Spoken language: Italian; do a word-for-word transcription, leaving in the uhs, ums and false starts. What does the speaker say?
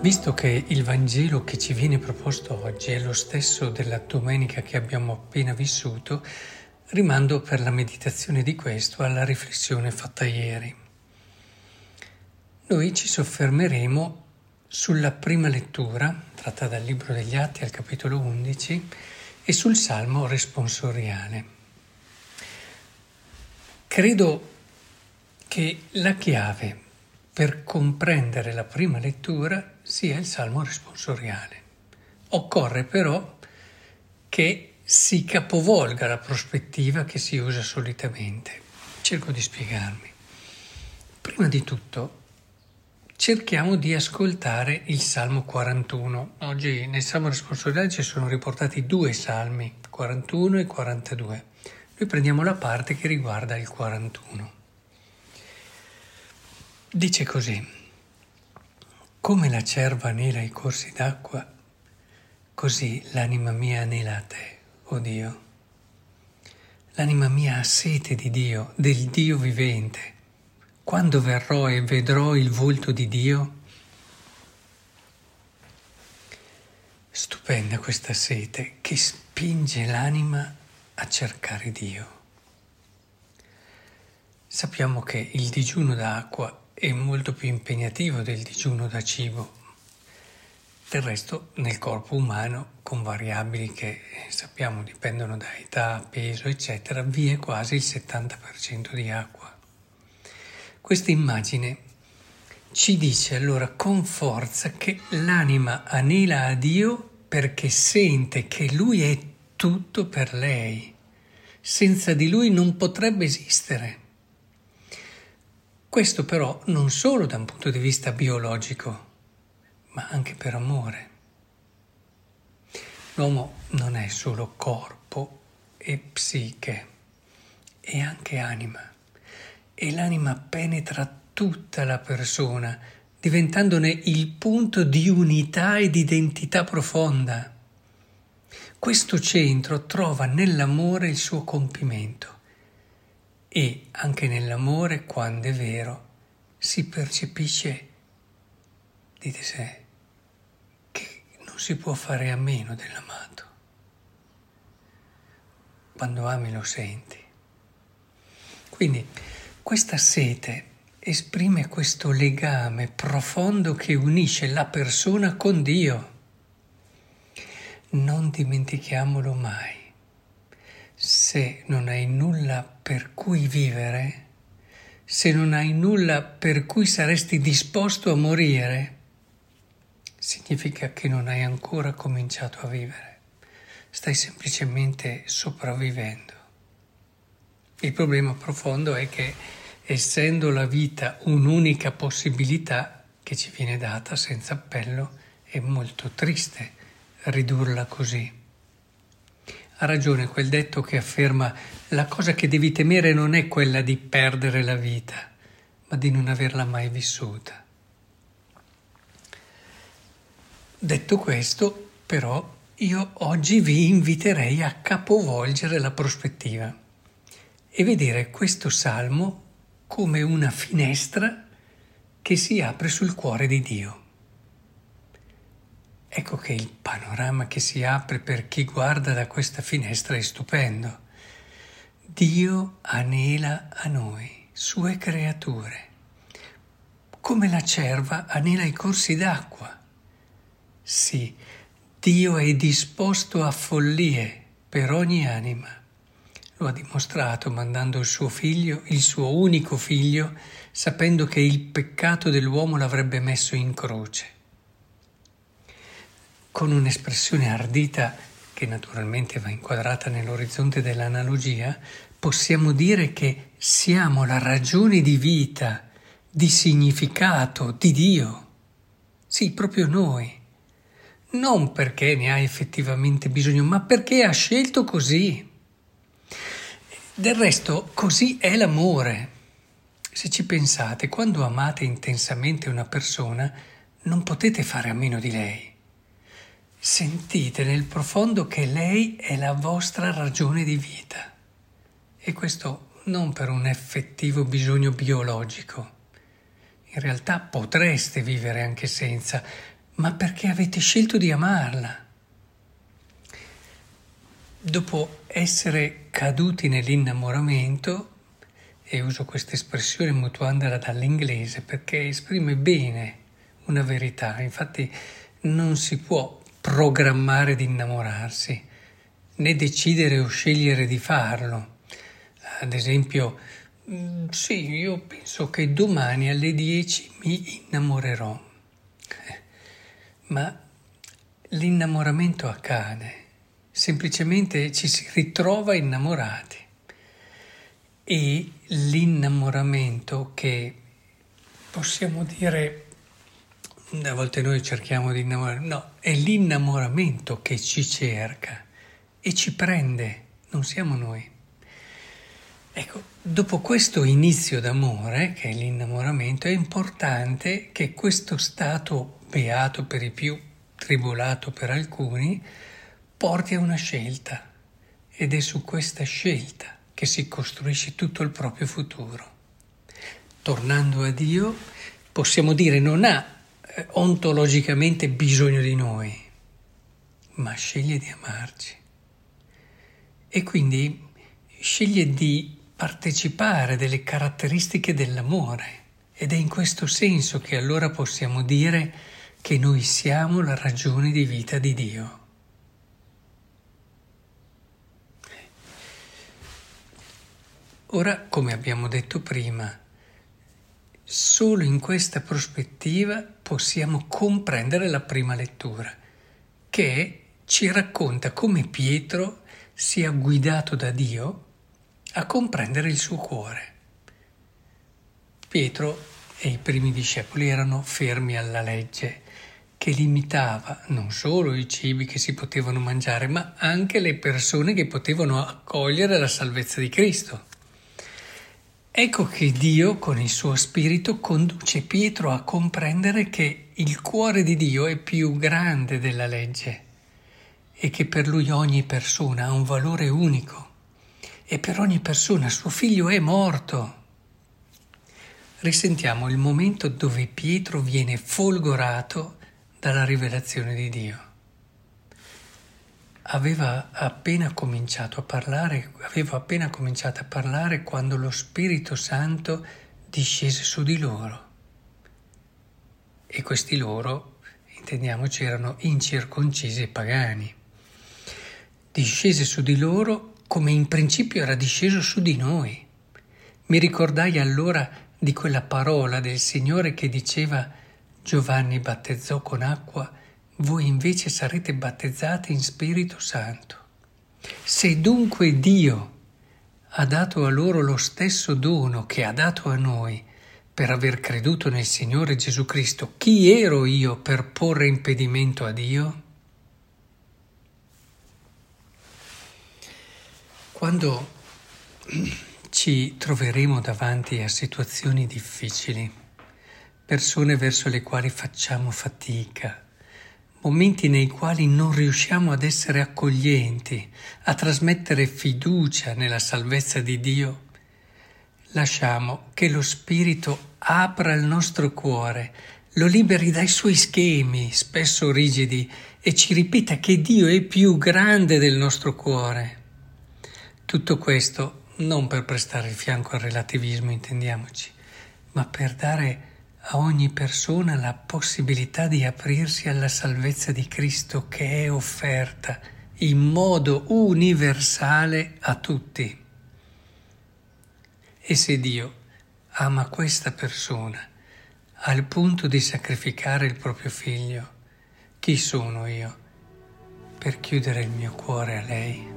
Visto che il Vangelo che ci viene proposto oggi è lo stesso della domenica che abbiamo appena vissuto, rimando per la meditazione di questo alla riflessione fatta ieri. Noi ci soffermeremo sulla prima lettura, tratta dal Libro degli Atti al capitolo undici, e sul Salmo responsoriale. Credo che la chiave per comprendere la prima lettura sia il Salmo responsoriale. Occorre però che si capovolga la prospettiva che si usa solitamente. Cerco di spiegarmi. Prima di tutto, cerchiamo di ascoltare il Salmo quarantuno. Oggi nel Salmo responsoriale ci sono riportati due salmi, quarantuno e quarantadue. Noi prendiamo la parte che riguarda il quarantuno. Dice così: come la cerva anela i corsi d'acqua, così l'anima mia anela a te, o Dio. L'anima mia ha sete di Dio, del Dio vivente. Quando verrò e vedrò il volto di Dio? Stupenda questa sete che spinge l'anima a cercare Dio. Sappiamo che il digiuno d'acqua è molto più impegnativo del digiuno da cibo. Del resto, nel corpo umano, con variabili che sappiamo dipendono da età, peso, eccetera, vi è quasi il settanta per cento di acqua. Questa immagine ci dice allora con forza che l'anima anela a Dio perché sente che Lui è tutto per lei. Senza di Lui non potrebbe esistere. Questo però non solo da un punto di vista biologico, ma anche per amore. L'uomo non è solo corpo e psiche, è anche anima. E l'anima penetra tutta la persona, diventandone il punto di unità e di identità profonda. Questo centro trova nell'amore il suo compimento. E anche nell'amore, quando è vero, si percepisce, dite se, che non si può fare a meno dell'amato. Quando ami lo senti. Quindi questa sete esprime questo legame profondo che unisce la persona con Dio. Non dimentichiamolo mai. Se non hai nulla per cui vivere, se non hai nulla per cui saresti disposto a morire, significa che non hai ancora cominciato a vivere. Stai semplicemente sopravvivendo. Il problema profondo è che, essendo la vita un'unica possibilità che ci viene data senza appello, è molto triste ridurla così. Ha ragione quel detto che afferma: la cosa che devi temere non è quella di perdere la vita, ma di non averla mai vissuta. Detto questo, però, io oggi vi inviterei a capovolgere la prospettiva e vedere questo salmo come una finestra che si apre sul cuore di Dio. Ecco che il panorama che si apre per chi guarda da questa finestra è stupendo. Dio anela a noi, sue creature, come la cerva anela i corsi d'acqua. Sì, Dio è disposto a follie per ogni anima. Lo ha dimostrato mandando il suo figlio, il suo unico figlio, sapendo che il peccato dell'uomo l'avrebbe messo in croce. Con un'espressione ardita, che naturalmente va inquadrata nell'orizzonte dell'analogia, possiamo dire che siamo la ragione di vita, di significato, di Dio. Sì, proprio noi. Non perché ne ha effettivamente bisogno, ma perché ha scelto così. Del resto, così è l'amore. Se ci pensate, quando amate intensamente una persona, non potete fare a meno di lei. Sentite nel profondo che lei è la vostra ragione di vita. E questo non per un effettivo bisogno biologico. In realtà potreste vivere anche senza, ma perché avete scelto di amarla. Dopo essere caduti nell'innamoramento, e uso questa espressione mutuandola dall'inglese perché esprime bene una verità, infatti non si può programmare di innamorarsi, né decidere o scegliere di farlo. Ad esempio, sì, io penso che domani alle dieci mi innamorerò, ma l'innamoramento accade, semplicemente ci si ritrova innamorati. E l'innamoramento che possiamo dire, a volte noi cerchiamo di innamorare, no, è l'innamoramento che ci cerca e ci prende, non siamo noi. Ecco, dopo questo inizio d'amore, che è l'innamoramento, è importante che questo stato beato per i più, tribolato per alcuni, porti a una scelta, ed è su questa scelta che si costruisce tutto il proprio futuro. Tornando a Dio, possiamo dire non ha eh, ontologicamente bisogno di noi, ma sceglie di amarci. E quindi sceglie di partecipare delle caratteristiche dell'amore. Ed è in questo senso che allora possiamo dire che noi siamo la ragione di vita di Dio. Ora, come abbiamo detto prima, solo in questa prospettiva possiamo comprendere la prima lettura, che ci racconta come Pietro sia guidato da Dio a comprendere il suo cuore. Pietro e i primi discepoli erano fermi alla legge, che limitava non solo i cibi che si potevano mangiare, ma anche le persone che potevano accogliere la salvezza di Cristo. Ecco che Dio, con il suo spirito, conduce Pietro a comprendere che il cuore di Dio è più grande della legge e che per lui ogni persona ha un valore unico e per ogni persona suo figlio è morto. Risentiamo il momento dove Pietro viene folgorato dalla rivelazione di Dio. Aveva appena cominciato a parlare, aveva appena cominciato a parlare quando lo Spirito Santo discese su di loro. E questi loro, intendiamoci, erano incirconcisi e pagani. Discese su di loro come in principio era disceso su di noi. Mi ricordai allora di quella parola del Signore che diceva: Giovanni battezzò con acqua, voi invece sarete battezzati in Spirito Santo. Se dunque Dio ha dato a loro lo stesso dono che ha dato a noi per aver creduto nel Signore Gesù Cristo, chi ero io per porre impedimento a Dio? Quando ci troveremo davanti a situazioni difficili, persone verso le quali facciamo fatica, momenti nei quali non riusciamo ad essere accoglienti, a trasmettere fiducia nella salvezza di Dio, lasciamo che lo Spirito apra il nostro cuore, lo liberi dai suoi schemi, spesso rigidi, e ci ripeta che Dio è più grande del nostro cuore. Tutto questo non per prestare il fianco al relativismo, intendiamoci, ma per dare a ogni persona la possibilità di aprirsi alla salvezza di Cristo che è offerta in modo universale a tutti. E se Dio ama questa persona al punto di sacrificare il proprio figlio, chi sono io per chiudere il mio cuore a lei?